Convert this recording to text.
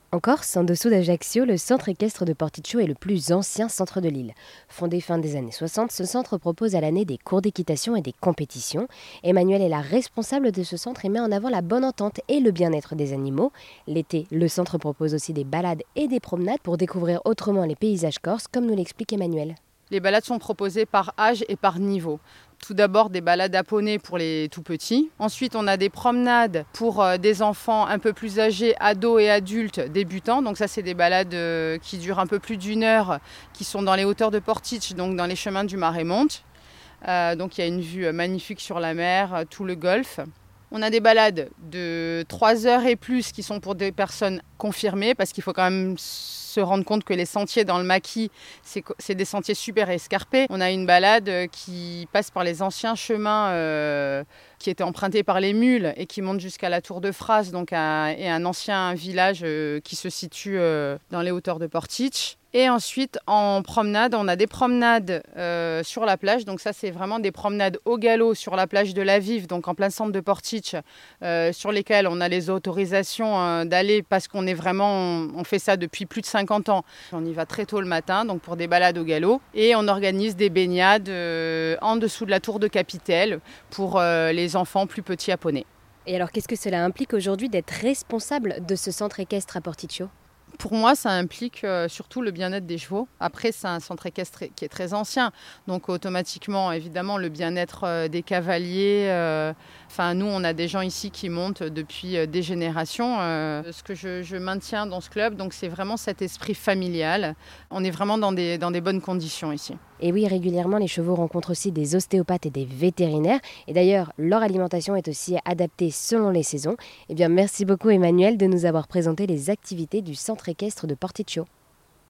En Corse, en dessous d'Ajaccio, le centre équestre de Porticcio est le plus ancien centre de l'île. Fondé fin des années 60, ce centre propose à l'année des cours d'équitation et des compétitions. Emmanuelle est la responsable de ce centre et met en avant la bonne entente et le bien-être des animaux. L'été, le centre propose aussi des balades et des promenades pour découvrir autrement les paysages corses, comme nous l'explique Emmanuelle. Les balades sont proposées par âge et par niveau. Tout d'abord des balades à poney pour les tout petits. Ensuite, on a des promenades pour des enfants un peu plus âgés, ados et adultes débutants. Donc ça, c'est des balades qui durent un peu plus d'une heure, qui sont dans les hauteurs de Portici, donc dans les chemins du Marémonte. Donc il y a une vue magnifique sur la mer, tout le golfe. On a des balades de 3 heures et plus qui sont pour des personnes confirmées parce qu'il faut quand même se rendre compte que les sentiers dans le maquis, c'est des sentiers super escarpés. On a une balade qui passe par les anciens chemins qui étaient empruntés par les mules et qui montent jusqu'à la Tour de Fras, et un ancien village qui se situe dans les hauteurs de Portici. Et ensuite, en promenade, on a des promenades sur la plage. Donc ça, c'est vraiment des promenades au galop sur la plage de la Vive, donc en plein centre de Portici, sur lesquelles on a les autorisations d'aller parce on fait ça depuis plus de 50 ans. On y va très tôt le matin, donc pour des balades au galop. Et on organise des baignades en dessous de la tour de Capitelle pour les enfants plus petits à poney. Et alors, qu'est-ce que cela implique aujourd'hui d'être responsable de ce centre équestre à Porticcio ? Pour moi, ça implique surtout le bien-être des chevaux. Après, c'est un centre équestre qui est très ancien. Donc, automatiquement, évidemment, le bien-être des cavaliers. Nous, on a des gens ici qui montent depuis des générations. Ce que je maintiens dans ce club, donc, c'est vraiment cet esprit familial. On est vraiment dans des bonnes conditions ici. Et oui, régulièrement, les chevaux rencontrent aussi des ostéopathes et des vétérinaires. Et d'ailleurs, leur alimentation est aussi adaptée selon les saisons. Eh bien, merci beaucoup Emmanuelle de nous avoir présenté les activités du centre équestre de Porticcio.